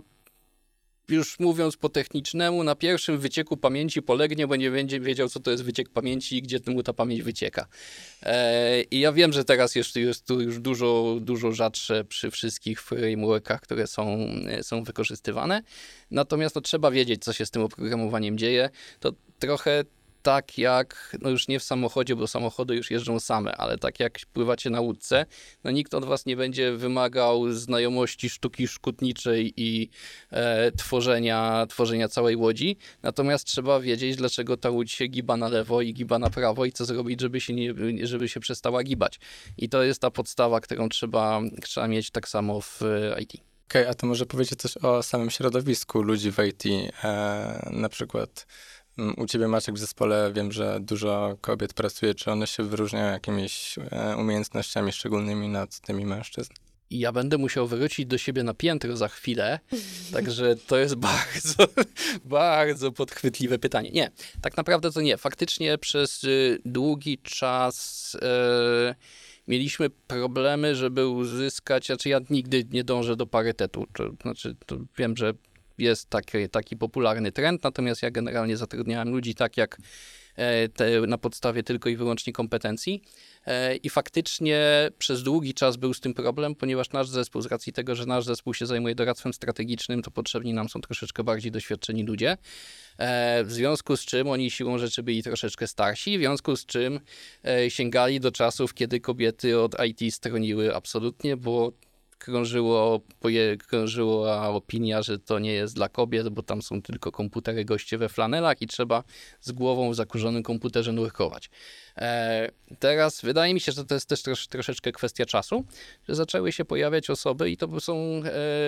już mówiąc po technicznemu, na pierwszym wycieku pamięci polegnie, bo nie będzie wiedział, co to jest wyciek pamięci i gdzie mu ta pamięć wycieka. E, I ja wiem, że teraz jest, jest tu już dużo, dużo rzadsze przy wszystkich frameworkach, które są, są wykorzystywane. Natomiast no, trzeba wiedzieć, co się z tym oprogramowaniem dzieje. To trochę tak jak, no już nie w samochodzie, bo samochody już jeżdżą same, ale tak jak pływacie na łódce, no nikt od was nie będzie wymagał znajomości sztuki szkutniczej i e, tworzenia, tworzenia całej łodzi, natomiast trzeba wiedzieć, dlaczego ta łódź się giba na lewo i giba na prawo i co zrobić, żeby się, nie, żeby się przestała gibać. I to jest ta podstawa, którą trzeba, trzeba mieć tak samo w I T. Okej, okay, a to może powiedzieć coś o samym środowisku ludzi w I T, e, na przykład u ciebie, Maciek, w zespole wiem, że dużo kobiet pracuje. Czy one się wyróżniają jakimiś e, umiejętnościami szczególnymi nad tymi mężczyzn? I ja będę musiał wrócić do siebie na piętro za chwilę, także to jest bardzo, bardzo podchwytliwe pytanie. Nie, tak naprawdę to nie. Faktycznie przez y, długi czas y, mieliśmy problemy, żeby uzyskać, znaczy ja nigdy nie dążę do parytetu, to znaczy to wiem, że jest taki, taki popularny trend, natomiast ja generalnie zatrudniałem ludzi tak jak te, na podstawie tylko i wyłącznie kompetencji i faktycznie przez długi czas był z tym problem, ponieważ nasz zespół, z racji tego, że nasz zespół się zajmuje doradztwem strategicznym, to potrzebni nam są troszeczkę bardziej doświadczeni ludzie, w związku z czym oni siłą rzeczy byli troszeczkę starsi, w związku z czym sięgali do czasów, kiedy kobiety od I T stroniły absolutnie, bo Krążyło, krążyła opinia, że to nie jest dla kobiet, bo tam są tylko komputery goście we flanelach i trzeba z głową w zakurzonym komputerze nurkować. E, teraz wydaje mi się, że to jest też trosz, troszeczkę kwestia czasu, że zaczęły się pojawiać osoby i to są,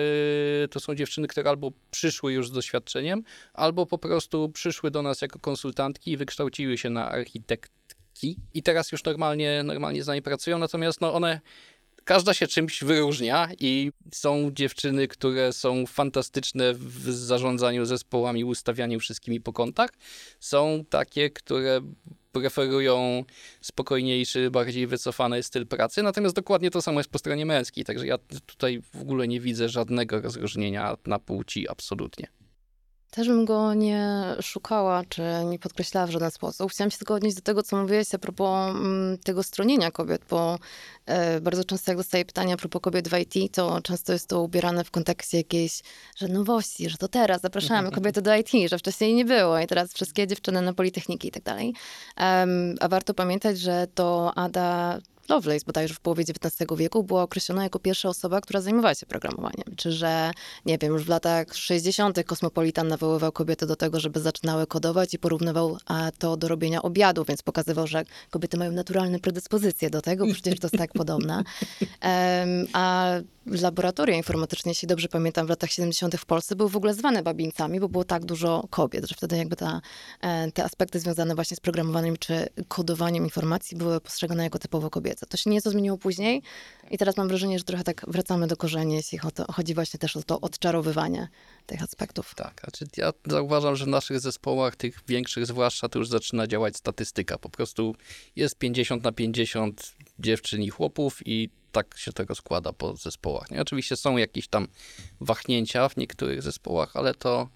e, to są dziewczyny, które albo przyszły już z doświadczeniem, albo po prostu przyszły do nas jako konsultantki i wykształciły się na architektki i teraz już normalnie, normalnie z nami pracują, natomiast no one każda się czymś wyróżnia i są dziewczyny, które są fantastyczne w zarządzaniu zespołami, ustawianiu wszystkimi po kątach. Są takie, które preferują spokojniejszy, bardziej wycofany styl pracy, natomiast dokładnie to samo jest po stronie męskiej, także ja tutaj w ogóle nie widzę żadnego rozróżnienia na płci, absolutnie. Też bym go nie szukała, czy nie podkreślała w żaden sposób. Chciałam się tylko odnieść do tego, co mówiłeś a propos m, tego stronienia kobiet, bo e, bardzo często jak dostaję pytania a propos kobiet w I T, to często jest to ubierane w kontekście jakiejś, że nowości, że to teraz zapraszamy kobiety do I T, że wcześniej nie było i teraz wszystkie dziewczyny na politechniki i tak dalej. Um, a warto pamiętać, że to Ada Lovelace bodajże w połowie dziewiętnastego wieku była określona jako pierwsza osoba, która zajmowała się programowaniem. Czy że, nie wiem, już w latach sześćdziesiątych Kosmopolitan nawoływał kobiety do tego, żeby zaczynały kodować i porównywał a, to do robienia obiadu, więc pokazywał, że kobiety mają naturalne predyspozycje do tego, bo przecież to jest tak podobne. Um, a laboratoria informatyczne, jeśli dobrze pamiętam, w latach siedemdziesiątych w Polsce były w ogóle zwane babińcami, bo było tak dużo kobiet, że wtedy jakby ta, te aspekty związane właśnie z programowaniem czy kodowaniem informacji były postrzegane jako typowo kobiece. wiedzę. To się nieco zmieniło później i teraz mam wrażenie, że trochę tak wracamy do korzeni, jeśli o to, chodzi właśnie też o to odczarowywanie tych aspektów. Tak, znaczy ja zauważam, że w naszych zespołach, tych większych zwłaszcza, to już zaczyna działać statystyka. Po prostu jest pięćdziesiąt na pięćdziesiąt dziewczyn i chłopów i tak się tego składa po zespołach. Nie? Oczywiście są jakieś tam wahnięcia w niektórych zespołach, ale to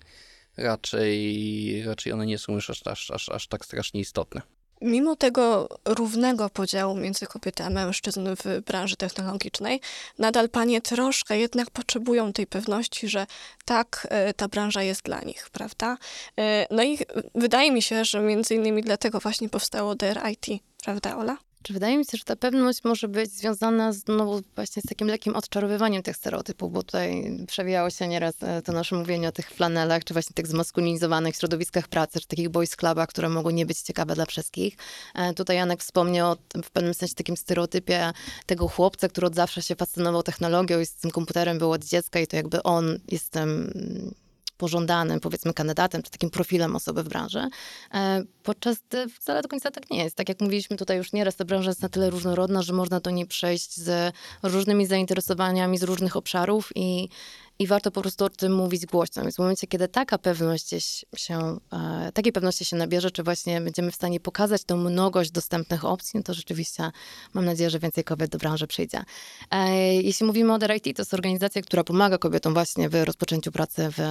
raczej, raczej one nie są już aż, aż, aż, aż tak strasznie istotne. Mimo tego równego podziału między kobiety a mężczyzn w branży technologicznej, nadal panie troszkę jednak potrzebują tej pewności, że tak, ta branża jest dla nich, prawda? No i wydaje mi się, że między innymi dlatego właśnie powstało D R I T, prawda, Ola? Czy wydaje mi się, że ta pewność może być związana znowu właśnie z takim lekkim odczarowywaniem tych stereotypów, bo tutaj przewijało się nieraz to nasze mówienie o tych flanelach, czy właśnie tych zmaskulinizowanych środowiskach pracy, czy takich boys clubach, które mogą nie być ciekawe dla wszystkich. Tutaj Janek wspomniał o w pewnym sensie takim stereotypie tego chłopca, który od zawsze się fascynował technologią i z tym komputerem był od dziecka i to jakby on jest tym pożądanym, powiedzmy, kandydatem, czy takim profilem osoby w branży. Podczas gdy wcale do końca tak nie jest. Tak jak mówiliśmy tutaj już nieraz, ta branża jest na tyle różnorodna, że można do niej przejść z różnymi zainteresowaniami z różnych obszarów i, i warto po prostu o tym mówić głośno. Więc w momencie, kiedy taka pewność gdzieś się, e, takiej pewności się nabierze, czy właśnie będziemy w stanie pokazać tą mnogość dostępnych opcji, no to rzeczywiście mam nadzieję, że więcej kobiet do branży przyjdzie. E, jeśli mówimy o D R I T, to jest organizacja, która pomaga kobietom właśnie w rozpoczęciu pracy w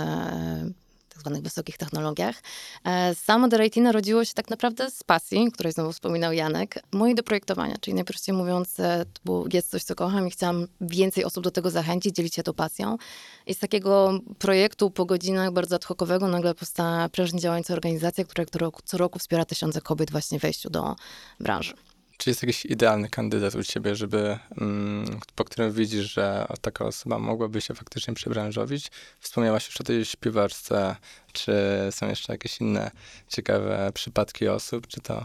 tak zwanych wysokich technologiach. Samo D R I T narodziło się tak naprawdę z pasji, której znowu wspominał Janek, mojej do projektowania, czyli najprościej mówiąc, to było, jest coś, co kocham i chciałam więcej osób do tego zachęcić, dzielić się tą pasją. I z takiego projektu po godzinach bardzo ad hocowego nagle powstała prężnie działająca organizacja, która co roku wspiera tysiące kobiet właśnie w wejściu do branży. Czy jest jakiś idealny kandydat u ciebie, żeby, mm, po którym widzisz, że taka osoba mogłaby się faktycznie przebranżowić? Wspomniałaś już o tej śpiewaczce. Czy są jeszcze jakieś inne ciekawe przypadki osób? Czy to...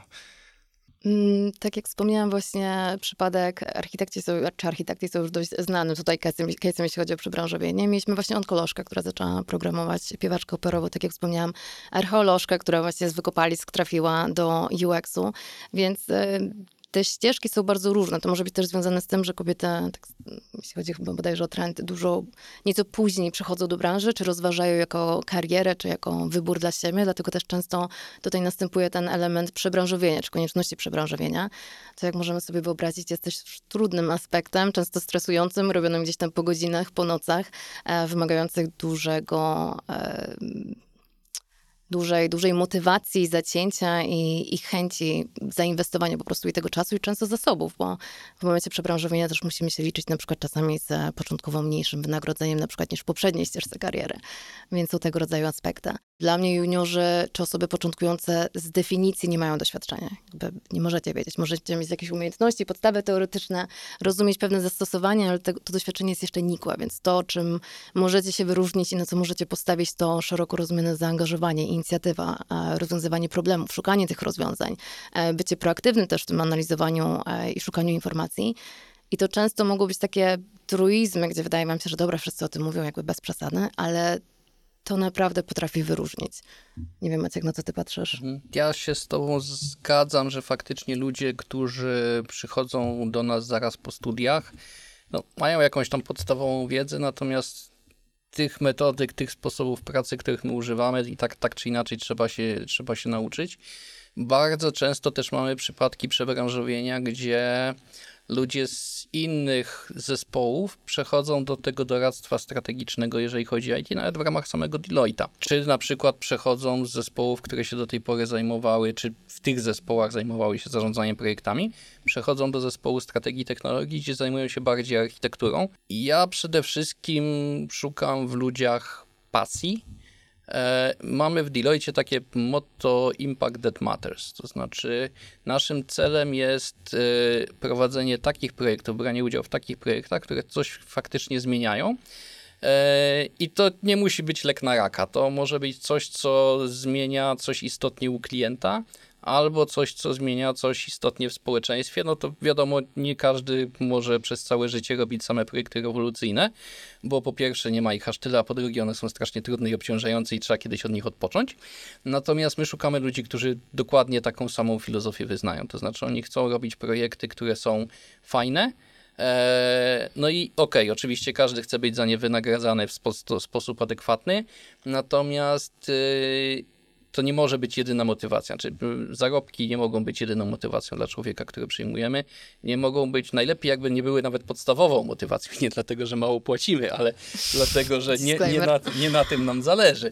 Mm, tak jak wspomniałam, właśnie przypadek architekci są, czy architekci są już dość znanym tutaj case'em, case'em, jeśli chodzi o przebranżowienie. Mieliśmy właśnie onkolożkę, która zaczęła programować, śpiewaczkę operową, tak jak wspomniałam, archeolożkę, która właśnie z wykopalisk trafiła do U X-u, więc y, te ścieżki są bardzo różne. To może być też związane z tym, że kobiety, tak, jeśli chodzi chyba bodajże o trend, dużo, nieco później przychodzą do branży, czy rozważają jako karierę, czy jako wybór dla siebie, dlatego też często tutaj następuje ten element przebranżowienia, czy konieczności przebranżowienia, co jak możemy sobie wyobrazić jest też trudnym aspektem, często stresującym, robionym gdzieś tam po godzinach, po nocach, e, wymagających dużego e, dużej, dużej motywacji, zacięcia i, i chęci zainwestowania po prostu i tego czasu i często zasobów, bo w momencie przebranżowienia też musimy się liczyć na przykład czasami z początkowo mniejszym wynagrodzeniem na przykład niż w poprzedniej ścieżce kariery. Więc są tego rodzaju aspekty. Dla mnie juniorzy czy osoby początkujące z definicji nie mają doświadczenia. Jakby nie możecie wiedzieć. Możecie mieć jakieś umiejętności, podstawy teoretyczne, rozumieć pewne zastosowania, ale to, to doświadczenie jest jeszcze nikłe, więc to, czym możecie się wyróżnić i na co możecie postawić, to szeroko rozumiane zaangażowanie, inicjatywa, rozwiązywanie problemów, szukanie tych rozwiązań, bycie proaktywnym też w tym analizowaniu i szukaniu informacji. I to często mogą być takie truizmy, gdzie wydaje wam się, że dobra, wszyscy o tym mówią jakby bez przesady, ale to naprawdę potrafi wyróżnić. Nie wiem, Maciek, na co ty patrzysz? Ja się z tobą zgadzam, że faktycznie ludzie, którzy przychodzą do nas zaraz po studiach, no, mają jakąś tam podstawową wiedzę, natomiast tych metodyk, tych sposobów pracy, których my używamy i tak, tak czy inaczej trzeba się, trzeba się nauczyć. Bardzo często też mamy przypadki przebranżowienia, gdzie ludzie z innych zespołów przechodzą do tego doradztwa strategicznego, jeżeli chodzi o I T, nawet w ramach samego Deloitte'a. Czy na przykład przechodzą z zespołów, które się do tej pory zajmowały, czy w tych zespołach zajmowały się zarządzaniem projektami, przechodzą do zespołu strategii technologii, gdzie zajmują się bardziej architekturą. I ja przede wszystkim szukam w ludziach pasji. E, mamy w Deloitte takie motto Impact That Matters, to znaczy naszym celem jest e, prowadzenie takich projektów, branie udziału w takich projektach, które coś faktycznie zmieniają. E, I to nie musi być lek na raka, to może być coś, co zmienia coś istotnie u klienta, albo coś, co zmienia coś istotnie w społeczeństwie, no to wiadomo, nie każdy może przez całe życie robić same projekty rewolucyjne, bo po pierwsze nie ma ich aż tyle, a po drugie one są strasznie trudne i obciążające i trzeba kiedyś od nich odpocząć. Natomiast my szukamy ludzi, którzy dokładnie taką samą filozofię wyznają, to znaczy oni chcą robić projekty, które są fajne. No i okej, okay, oczywiście każdy chce być za nie wynagradzany w spo- sposób adekwatny, natomiast yy, to nie może być jedyna motywacja. Czyli zarobki nie mogą być jedyną motywacją dla człowieka, który przyjmujemy. Nie mogą być, najlepiej jakby nie były nawet podstawową motywacją, nie dlatego, że mało płacimy, ale dlatego, że nie, nie, na, nie na tym nam zależy.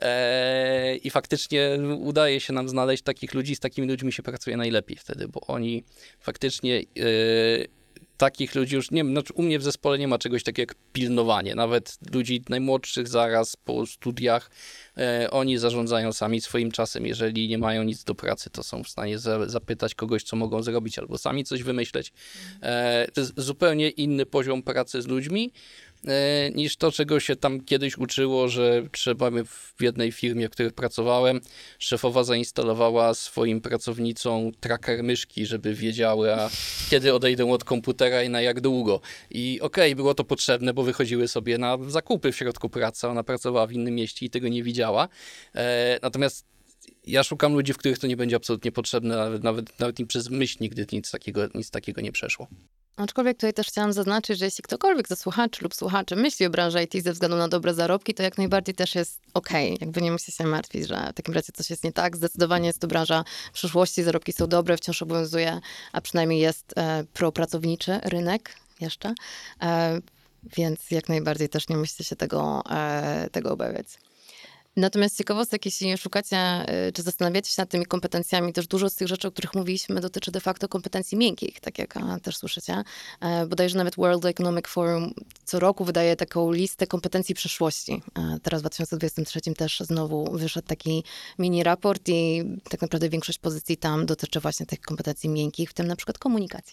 Eee, I faktycznie udaje się nam znaleźć takich ludzi, z takimi ludźmi się pracuje najlepiej wtedy, bo oni faktycznie... Yy, takich ludzi już, nie wiem, znaczy u mnie w zespole nie ma czegoś takiego jak pilnowanie. Nawet ludzi najmłodszych zaraz po studiach, e, oni zarządzają sami swoim czasem. Jeżeli nie mają nic do pracy, to są w stanie za, zapytać kogoś, co mogą zrobić, albo sami coś wymyśleć. E, to jest zupełnie inny poziom pracy z ludźmi, e, niż to, czego się tam kiedyś uczyło, że trzeba w jednej firmie, w której pracowałem, szefowa zainstalowała swoim pracownicom tracker myszki, żeby wiedziały, a kiedy odejdą od komputera i na jak długo. I okej, okay, było to potrzebne, bo wychodziły sobie na zakupy w środku pracy, ona pracowała w innym mieście i tego nie widziała. E, natomiast ja szukam ludzi, w których to nie będzie absolutnie potrzebne, nawet, nawet, nawet im przez myśl nigdy nic takiego, nic takiego nie przeszło. Aczkolwiek tutaj też chciałam zaznaczyć, że jeśli ktokolwiek ze słuchaczy lub słuchaczy myśli o branży I T ze względu na dobre zarobki, to jak najbardziej też jest okej. Okay. Jakby nie musi się martwić, że w takim razie coś jest nie tak. Zdecydowanie jest to branża przyszłości, zarobki są dobre, wciąż obowiązuje, a przynajmniej jest e, propracowniczy rynek jeszcze. E, więc jak najbardziej też nie musicie się tego, e, tego obawiać. Natomiast ciekawostek, jeśli szukacie, czy zastanawiacie się nad tymi kompetencjami, też dużo z tych rzeczy, o których mówiliśmy, dotyczy de facto kompetencji miękkich, tak jak też słyszycie. Bodajże nawet World Economic Forum co roku wydaje taką listę kompetencji przyszłości. Teraz w dwa tysiące dwudziestym trzecim też znowu wyszedł taki mini raport i tak naprawdę większość pozycji tam dotyczy właśnie tych kompetencji miękkich, w tym na przykład komunikacji.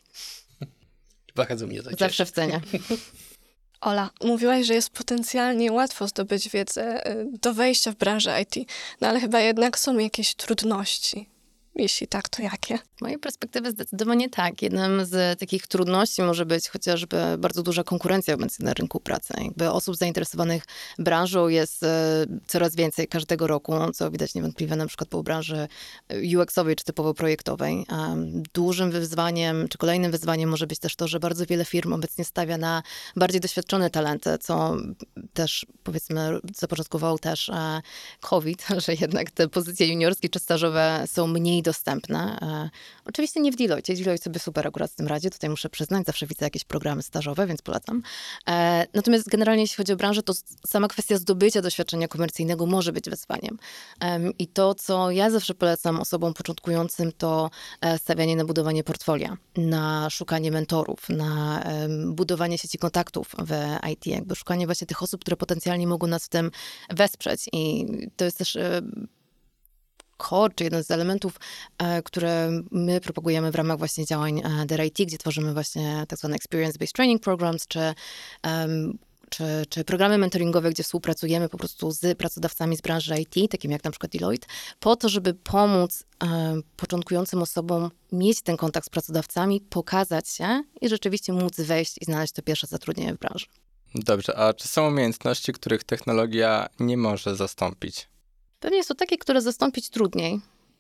Bardzo mnie to cieszy. Zawsze w cenie. Ola, mówiłaś, że jest potencjalnie łatwo zdobyć wiedzę do wejścia w branżę I T, no ale chyba jednak są jakieś trudności. Jeśli tak, to jakie? Z mojej perspektywy zdecydowanie tak. Jednym z takich trudności może być chociażby bardzo duża konkurencja obecnie na rynku pracy. Jakby osób zainteresowanych branżą jest coraz więcej każdego roku, co widać niewątpliwie na przykład po branży U X-owej czy typowo projektowej. Dużym wyzwaniem, czy kolejnym wyzwaniem może być też to, że bardzo wiele firm obecnie stawia na bardziej doświadczone talenty, co też powiedzmy zapoczątkował też COVID, że jednak te pozycje juniorskie czy stażowe są mniej dostępne. E, oczywiście nie w Deloitte. Deloitte sobie super akurat z tym radzi. Tutaj muszę przyznać, zawsze widzę jakieś programy stażowe, więc polecam. E, natomiast generalnie jeśli chodzi o branżę, to sama kwestia zdobycia doświadczenia komercyjnego może być wyzwaniem. E, I to, co ja zawsze polecam osobom początkującym, to e, stawianie na budowanie portfolio, na szukanie mentorów, na e, budowanie sieci kontaktów w I T, jakby szukanie właśnie tych osób, które potencjalnie mogą nas w tym wesprzeć. I to jest też e, core, czy jeden z elementów, e, które my propagujemy w ramach właśnie działań e, D R I T, gdzie tworzymy właśnie tak zwane experience-based training programs, czy, um, czy, czy programy mentoringowe, gdzie współpracujemy po prostu z pracodawcami z branży I T, takim jak na przykład Deloitte, po to, żeby pomóc e, początkującym osobom mieć ten kontakt z pracodawcami, pokazać się i rzeczywiście móc wejść i znaleźć to pierwsze zatrudnienie w branży. Dobrze, a czy są umiejętności, których technologia nie może zastąpić? Pewnie są takie, które zastąpić trudniej.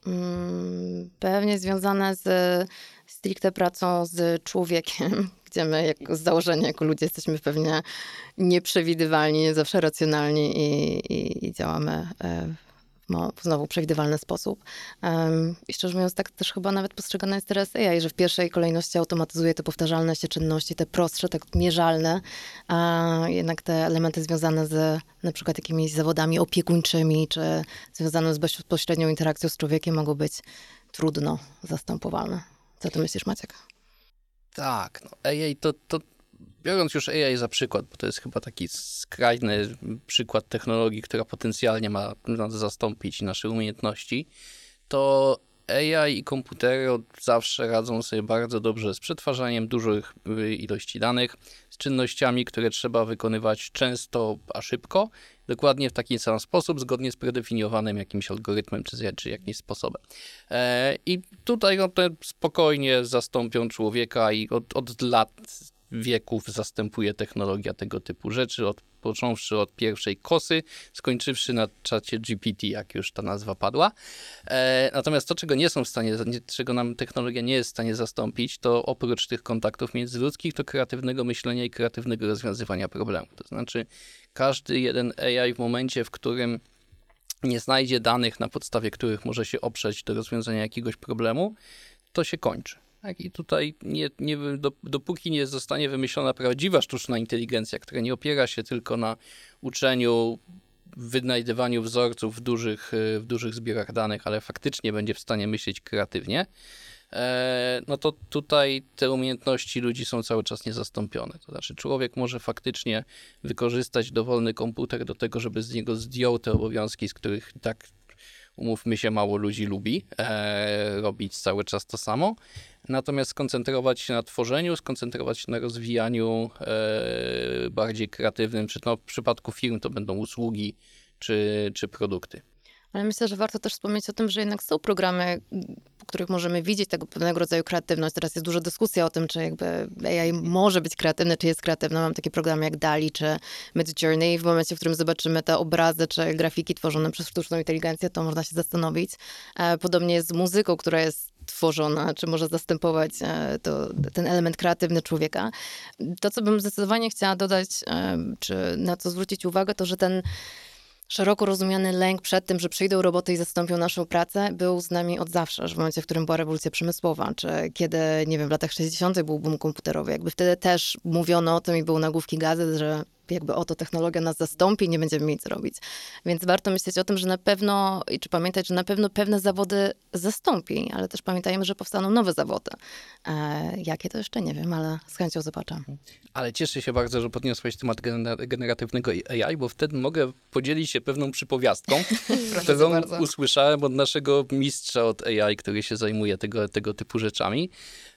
Pewnie związane z stricte pracą z człowiekiem, gdzie my jak, z założenia jako ludzie jesteśmy pewnie nieprzewidywalni, nie zawsze racjonalni i, i, i działamy w znowu przewidywalny sposób. Um, I szczerze mówiąc, tak też chyba nawet postrzegane jest teraz A I, że w pierwszej kolejności automatyzuje te powtarzalne się czynności, te prostsze, tak mierzalne, a jednak te elementy związane z na przykład jakimiś zawodami opiekuńczymi, czy związane z bezpośrednią interakcją z człowiekiem mogą być trudno zastępowalne. Co ty myślisz, Maciek? Tak, no A I to, to biorąc już A I za przykład, bo to jest chyba taki skrajny przykład technologii, która potencjalnie ma zastąpić nasze umiejętności, to A I i komputery od zawsze radzą sobie bardzo dobrze z przetwarzaniem dużych ilości danych, z czynnościami, które trzeba wykonywać często, a szybko, dokładnie w taki sam sposób, zgodnie z predefiniowanym jakimś algorytmem czy, czy jakimś sposobem. E, I tutaj no, te spokojnie zastąpią człowieka i od, od lat, wieków zastępuje technologia tego typu rzeczy, od, począwszy od pierwszej kosy, skończywszy na czacie G P T, jak już ta nazwa padła. E, natomiast to, czego nie są w stanie, czego nam technologia nie jest w stanie zastąpić, to oprócz tych kontaktów międzyludzkich, to kreatywnego myślenia i kreatywnego rozwiązywania problemu. To znaczy, każdy jeden A I w momencie, w którym nie znajdzie danych, na podstawie których może się oprzeć do rozwiązania jakiegoś problemu, to się kończy. Tak, i tutaj nie, nie, dopóki nie zostanie wymyślona prawdziwa sztuczna inteligencja, która nie opiera się tylko na uczeniu, wynajdywaniu wzorców w dużych, w dużych zbiorach danych, ale faktycznie będzie w stanie myśleć kreatywnie, no to tutaj te umiejętności ludzi są cały czas niezastąpione. To znaczy człowiek może faktycznie wykorzystać dowolny komputer do tego, żeby z niego zdjął te obowiązki, z których tak, umówmy się, mało ludzi lubi e, robić cały czas to samo. Natomiast skoncentrować się na tworzeniu, skoncentrować się na rozwijaniu e, bardziej kreatywnym, czy no, w przypadku firm to będą usługi czy, czy produkty. Ale myślę, że warto też wspomnieć o tym, że jednak są programy, po których możemy widzieć tego pewnego rodzaju kreatywność. Teraz jest duża dyskusja o tym, czy jakby A I może być kreatywne, czy jest kreatywne. Mam takie programy jak DALL-E czy Midjourney. W momencie, w którym zobaczymy te obrazy czy grafiki tworzone przez sztuczną inteligencję, to można się zastanowić. Podobnie jest z muzyką, która jest tworzona, czy może zastępować to, ten element kreatywny człowieka. To, co bym zdecydowanie chciała dodać, czy na co zwrócić uwagę, to, że ten szeroko rozumiany lęk przed tym, że przyjdą roboty i zastąpią naszą pracę, był z nami od zawsze, że w momencie, w którym była rewolucja przemysłowa, czy kiedy, nie wiem, w latach sześćdziesiątych był boom komputerowy, jakby wtedy też mówiono o tym i były nagłówki gazet, że jakby oto technologia nas zastąpi, nie będziemy mieć co robić. Więc warto myśleć o tym, że na pewno, i czy pamiętać, że na pewno pewne zawody zastąpi, ale też pamiętajmy, że powstaną nowe zawody. E, jakie to jeszcze nie wiem, ale z chęcią zobaczę. Ale cieszę się bardzo, że podniosłeś temat gener- generatywnego A I, bo wtedy mogę podzielić się pewną przypowiastką, którą bardzo. usłyszałem od naszego mistrza od A I, który się zajmuje tego, tego typu rzeczami.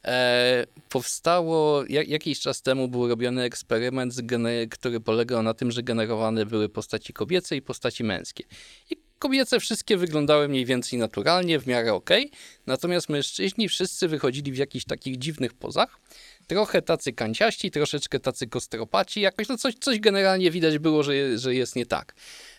E, powstało, jak, jakiś czas temu był robiony eksperyment, z gener- który polegał na tym, że generowane były postaci kobiece i postaci męskie. I kobiece wszystkie wyglądały mniej więcej naturalnie, w miarę okej, natomiast mężczyźni wszyscy wychodzili w jakichś takich dziwnych pozach, trochę tacy kanciaści, troszeczkę tacy kostropaci, jakoś no coś, coś generalnie widać było, że, że jest nie tak.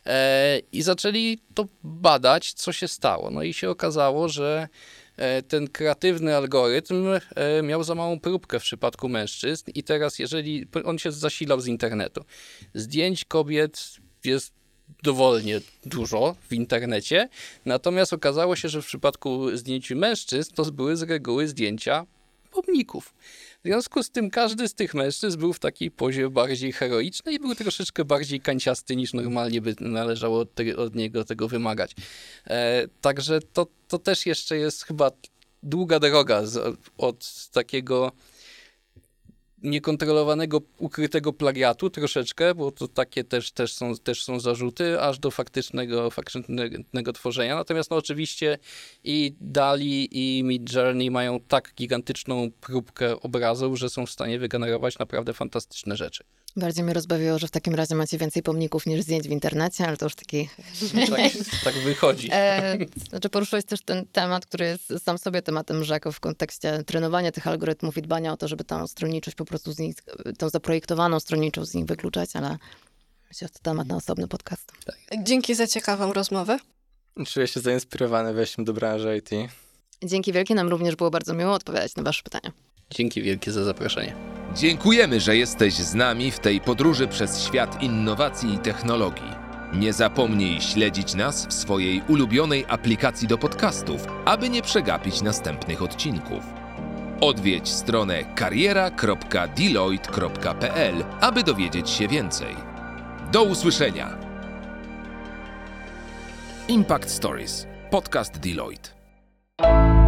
E, I zaczęli to badać, co się stało. No i się okazało, że ten kreatywny algorytm miał za małą próbkę w przypadku mężczyzn i teraz jeżeli, on się zasilał z internetu. Zdjęć kobiet jest dowolnie dużo w internecie, natomiast okazało się, że w przypadku zdjęć mężczyzn to były z reguły zdjęcia pomników. W związku z tym każdy z tych mężczyzn był w takiej pozie bardziej heroicznej i był troszeczkę bardziej kanciasty niż normalnie by należało od, te, od niego tego wymagać. E, także to, to też jeszcze jest chyba długa droga z, od takiego niekontrolowanego, ukrytego plagiatu troszeczkę, bo to takie też, też, są, też są zarzuty, aż do faktycznego, faktycznego tworzenia. Natomiast no oczywiście i DALL-E i Midjourney mają tak gigantyczną próbkę obrazów, że są w stanie wygenerować naprawdę fantastyczne rzeczy. Bardziej mnie rozbawiło, że w takim razie macie więcej pomników niż zdjęć w internecie, ale to już taki... Tak, tak wychodzi. E, znaczy poruszyłeś też ten temat, który jest sam sobie tematem rzeką w kontekście trenowania tych algorytmów i dbania o to, żeby tą stronniczość po prostu z nich, tą zaprojektowaną stronniczość z nich wykluczać, ale myślę, że to temat na osobny podcast. Dzięki za ciekawą rozmowę. Czuję się zainspirowany wejściem do branży I T. Dzięki wielkie, nam również było bardzo miło odpowiadać na wasze pytania. Dzięki wielkie za zaproszenie. Dziękujemy, że jesteś z nami w tej podróży przez świat innowacji i technologii. Nie zapomnij śledzić nas w swojej ulubionej aplikacji do podcastów, aby nie przegapić następnych odcinków. Odwiedź stronę kariera kropka deloitte kropka p l, aby dowiedzieć się więcej. Do usłyszenia! Impact Stories. Podcast Deloitte.